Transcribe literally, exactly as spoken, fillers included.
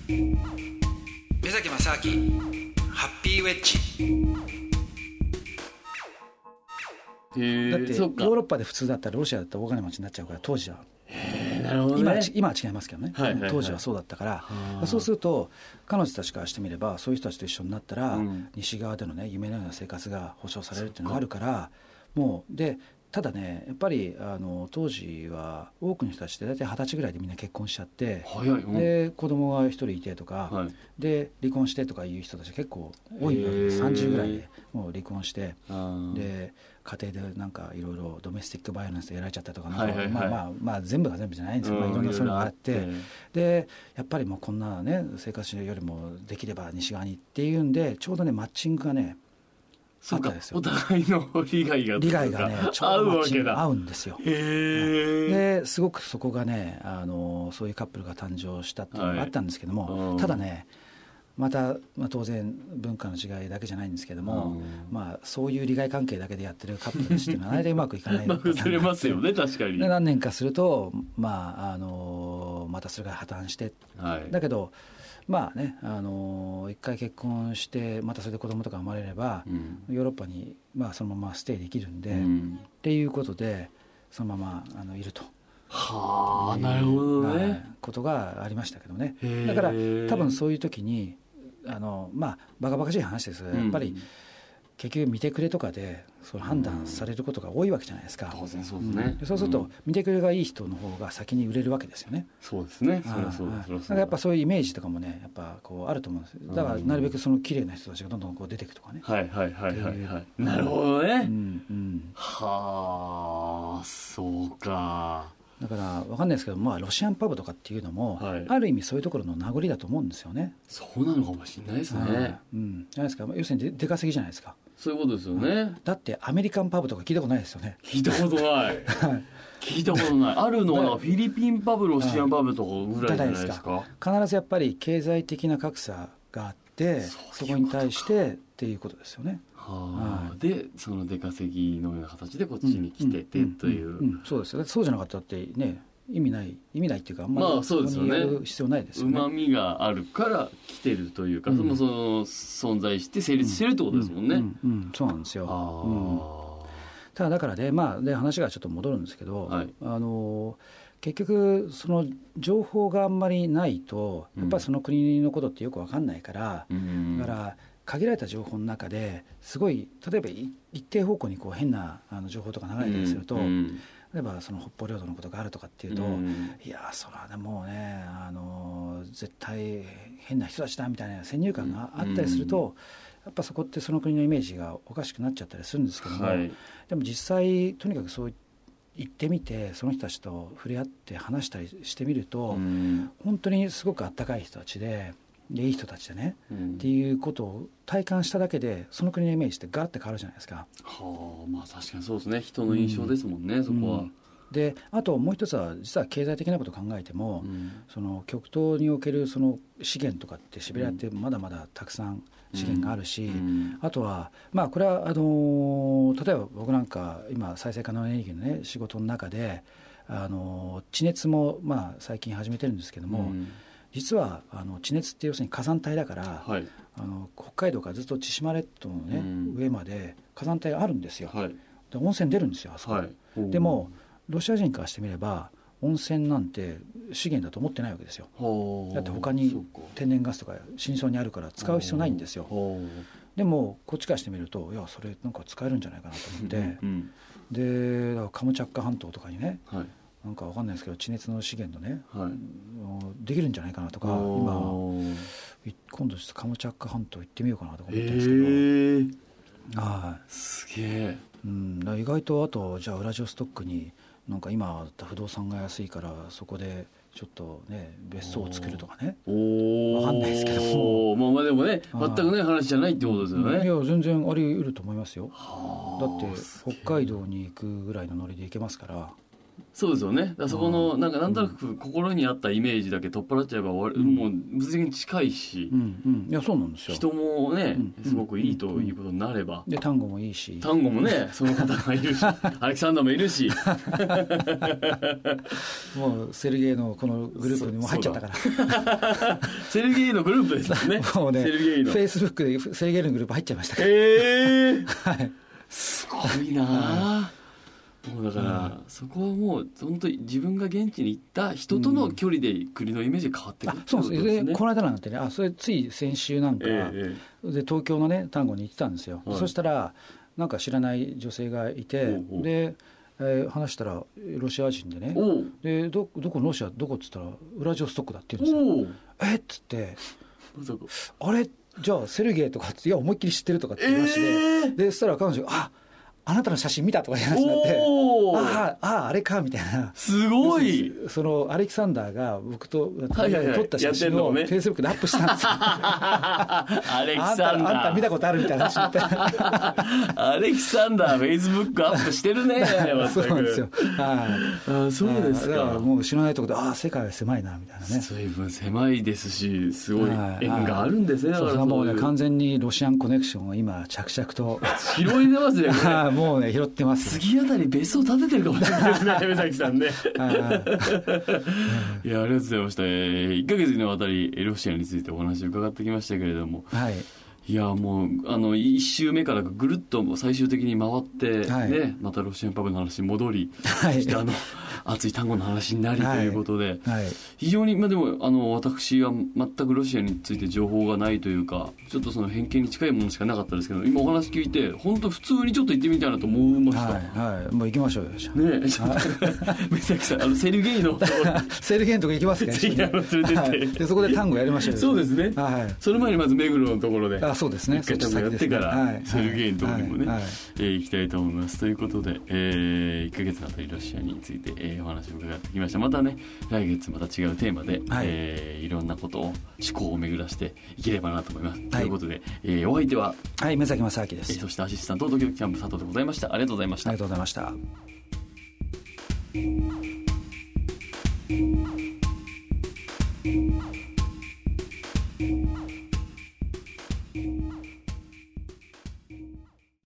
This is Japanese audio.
目崎正明ハッピーウェッジ。 へだってヨそっかーロッパで普通だったらロシアだったら大金持ちになっちゃうから、当時は。 へーなるほどね。 今はち今は違いますけどね、 はいはいはい当時はそうだったから、 ーそうすると彼女たちからしてみればそういう人たちと一緒になったら、 うん西側でのね夢のような生活が保障されるっていうのがあるから、もうでただねやっぱりあの当時は多くの人たちって大体二十歳ぐらいでみんな結婚しちゃって、 早い、うん、 で子供が一人いてとか、 はい、 で離婚してとかいう人たち結構多いわけです。 へーさんじゅうぐらいでもう離婚して、 あーで家庭でなんかいろいろドメスティックバイオレンスでやられちゃったとか、 はいはいはいまあまあまあ全部が全部じゃないんですけど、 うんまあ、いろんなそういうのがあって、 いろいろあってでやっぱりもうこんなね生活よりもできれば西側にっていうんで、ちょうどねマッチングがねそうかあったですよ。 お互いの利害が利害がねちょ合うどマッうわけだ。 チング合うんですよ。 へえ。 ですごくそこがねあのそういうカップルが誕生したっていうのがあったんですけども、 はいうんただねまた、まあ、当然文化の違いだけじゃないんですけども、 うんまあ、そういう利害関係だけでやってるカップルたちっていうのは大体うまくいかないまあ崩れますよね、確かに。 で何年かすると、まあ、あのまたそれが破綻して、 はい、 だけどまあね、あの一回結婚してまたそれで子供とか生まれれば、 うん、 ヨーロッパに、まあ、そのままステイできるんで、 うん、 っていうことでそのままあのいると。 はあ、なるほどね、 はい、ことがありましたけどね。 へーだから多分そういう時にあのまあバカバカしい話ですが、やっぱり結局見てくれとかでその判断されることが多いわけじゃないですか。 当然そうですね、 うん、そうすると見てくれがいい人の方が先に売れるわけですよね。 そうですね、そりゃそうだ、 はいそりゃそうだ。 だからやっぱそういうイメージとかもねやっぱこうあると思うんです。だからなるべくその綺麗な人たちがどんどんこう出ていくとかね。 はいはいはいはいはい、なるほどね、 うんうん、 はあ、そうか。 だから分かんないですけど、まあ、ロシアンパブとかっていうのも、 はい、 ある意味そういうところの名残だと思うんですよね。 そうなのかもしれないですね、 うん、じゃないですか。要するに出稼ぎじゃないですか。 そういうことですよね、うん、 だってアメリカンパブとか聞いたことないですよね。 聞いたことない聞いたことない。あるのはフィリピンパブ、ロシアンパブとかぐらいじゃないですか。 必ずやっぱり経済的な格差があって、 そ, そこに対してっていうことですよね。 はあ、でその出稼ぎのような形でこっちに来ててという、 そうですよ。そうじゃなかったってね意味ない意味ないっていうか、あんまりまあそうですよね、 そこにやる必要ないですよね。 うまみがあるから来てるというか、うん、そのその存在して成立してるってことですもんね。 うんうんうんうん、そうなんですよ。あ、うん、ただだからね、まあ、で話がちょっと戻るんですけど、はい、あの結局その情報があんまりないとやっぱりその国のことってよく分かんないから、うん、だから限られた情報の中ですごい例えば一定方向にこう変なあの情報とか流れたりすると、うん、例えばその北方領土のことがあるとかっていうと、うん、いやそれはねもうねあの絶対変な人たちだみたいな先入観があったりすると、うん、やっぱそこってその国のイメージがおかしくなっちゃったりするんですけども、はい、でも実際とにかくそう行ってみてその人たちと触れ合って話したりしてみると、うん、本当にすごくあったかい人たちでいい人たちでね、うん、っていうことを体感しただけでその国のイメージってガーって変わるじゃないですか。 はあ、まあ確かにそうですね。人の印象ですもんね、うん、そこは、うん、 であともう一つは実は経済的なことを考えても、うん、その極東におけるその資源とかってシベリアってまだまだたくさん資源があるし、うん、あとはまあこれはあの例えば僕なんか今再生可能エネルギーのね仕事の中であの地熱もまあ最近始めてるんですけども、うん、実はあの地熱って要するに火山帯だから、はい、あの北海道からずっと千島列島の、ねうん、上まで火山帯があるんですよ、はい、で温泉出るんですよあそこ、はい、でもロシア人からしてみれば温泉なんて資源だと思ってないわけですよ。だって他に天然ガスとか深層にあるから使う必要ないんですよ。でもこっちからしてみるといやそれなんか使えるんじゃないかなと思って、うん、でだからカムチャッカ半島とかにね、はい、なんか分かんないですけど地熱の資源のね、はい、できるんじゃないかなとか今今度ちょっとカムチャッカ半島行ってみようかなとか思ってるんですけど、はい、 すげえ、 うん、だ意外とあとじゃあウラジオストックになんか今不動産が安いからそこでちょっとね別荘を作るとかね分かんないですけども、 まあ、まあでもね全くない話じゃないってことですよね。 いや全然あり得ると思いますよ。だって北海道に行くぐらいのノリで行けますから。 そうですよね。だからそこのなんかなんとなく心にあったイメージだけ取っ払っちゃえば終わる、うん、もう物理的に近いし、 うんうん、いやそうなんですよ。 人もね、うん、すごくいいということになれば、 で単語もいいし、 単語もねその方がいるしアレキサンダーもいるしもうセルゲイのこのグループにも入っちゃったからセルゲイのグループですね。 もうねセルゲイのフェイスブックでセルゲイのグループ入っちゃいましたから。 えーはい、 すごいな、はい、もうだから、うん、そこはもう本当に自分が現地に行った人との距離で国のイメージが変わってくるってことですね。 そうですね。この間なんてね、あそれつい先週なんか、えー、で東京のね単語に行ってたんですよ、はい、そしたらなんか知らない女性がいて、おうおうで、えー、話したらロシア人でね、で ど, どこロシアどこっつったらウラジオストックだって言うんですよ。えっつってあれじゃあセルゲイとかっていや思いっきり知ってるとかって言いまして、えー、でそしたら彼女がああなたの写真見たとか言い話になって、ああ、ああ、あれかみたいな。 すごい。 そのアレキサンダーが僕と撮った写真をフェイスブックでアップしたんですよ。 アレキサンダー。 あんた、あんた見たことあるみたいな話になって。 アレキサンダーフェイスブックアップしてるね。 そうなんですよ。 ああ、そうですか。 だからもう知らないところで、ああ、世界は狭いなみたいなね。 随分狭いですし、すごい縁があるんですね。 そうそう、もうね、完全にロシアンコネクションを今着々と拾い出ますね。 もうね拾ってます。 次あたり別荘建ててるかもしれないですね、目崎さんね。いや、ありがとうございました。いっかげつにわたりロシアについてお話を伺ってきましたけれども、はい、いやもうあのいっ週目からぐるっと最終的に回って、はいね、またロシアンパブの話に戻り、はい、そしてあの熱い単語の話になりということで、はいはい、非常に、まあ、でもあの私は全くロシアについて情報がないというか、ちょっとその偏見に近いものしかなかったですけど、今お話聞いて本当普通にちょっと行ってみたいなと思いました。 はいはい、もう行きましょうよじゃあね。 目崎さんあのセルゲイのセルゲイのとこ行きますかね。 ぜひ連れてって、はい、 でそこで単語やりましょうよ。 そうですね、はい、その前にまず目黒のところであそうですね、 一回ちょっとやってから、はい、セルゲイのところにもね、はいはいえー、行きたいと思います。ということで、えー、いっかげつのあたりロシアについて、えー、お話を伺ってきました。またね来月また違うテーマで、はいえー、いろんなことを思考を巡らしていければなと思います、はい、ということで、えー、お相手ははい目崎正明です、 えー、そしてアシスタント東京キャンプ佐藤でございました。ありがとうございました。 ありがとうございました。